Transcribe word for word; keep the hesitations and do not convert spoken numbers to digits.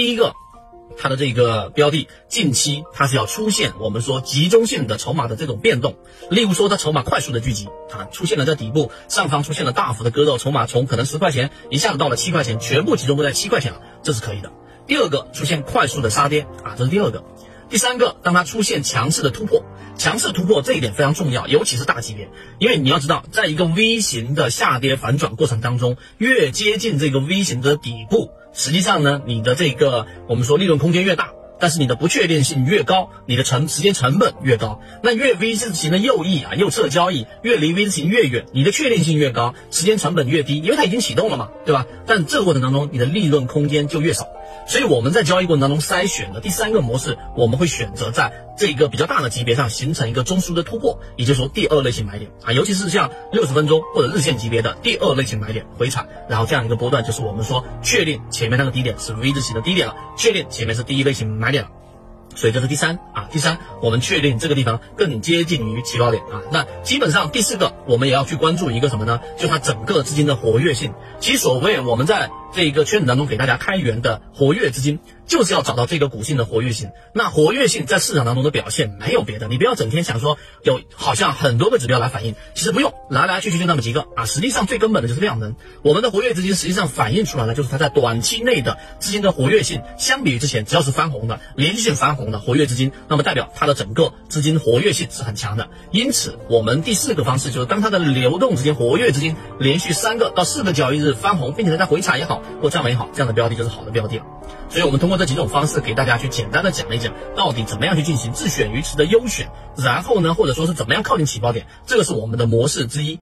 第一个，它的这个标的近期它是要出现我们说集中性的筹码的这种变动，例如说它筹码快速的聚集啊，出现了在底部上方出现了大幅的割肉，筹码从可能十块钱一下子到了七块钱，全部集中都在七块钱了，这是可以的。第二个，出现快速的杀跌啊，这是第二个。第三个，当它出现强势的突破，强势突破这一点非常重要，尤其是大级别，因为你要知道，在一个 V 型的下跌反转过程当中，越接近这个 V 型的底部，实际上呢，你的这个我们说利润空间越大，但是你的不确定性越高，你的成时间成本越高。那越 V 字形的右翼啊，右侧交易越离 V 字形越远，你的确定性越高，时间成本越低，因为它已经启动了嘛，对吧？但这个过程当中，你的利润空间就越少。所以我们在交易过程当中筛选的第三个模式，我们会选择在这个比较大的级别上形成一个中枢的突破，也就是说第二类型买点啊，尤其是像六十分钟或者日线级别的第二类型买点回踩，然后这样一个波段就是我们说确定前面那个低点是 V 字形的低点了，确定前面是第一类型买点了。所以这是第三啊，第三我们确定这个地方更接近于起跑点啊。那基本上第四个我们也要去关注一个什么呢？就它整个资金的活跃性。其实所谓我们在这个圈子当中给大家开源的活跃资金，就是要找到这个股性的活跃性。那活跃性在市场当中的表现没有别的，你不要整天想说有好像很多个指标来反映，其实不用，来来去去就那么几个啊。实际上最根本的就是量能。我们的活跃资金实际上反映出来的就是它在短期内的资金的活跃性，相比于之前只要是翻红的连续性翻红的活跃资金，那么代表它的整个资金活跃性是很强的。因此我们第四个方式就是当它的流动资金活跃资金连续三个到四个交易日翻红，并且在回踩也好或站稳也好，这样的标的就是好的标的了。所以我们通过这几种方式给大家去简单的讲了一讲到底怎么样去进行自选鱼池的优选，然后呢或者说是怎么样靠近起跑点，这个是我们的模式之一。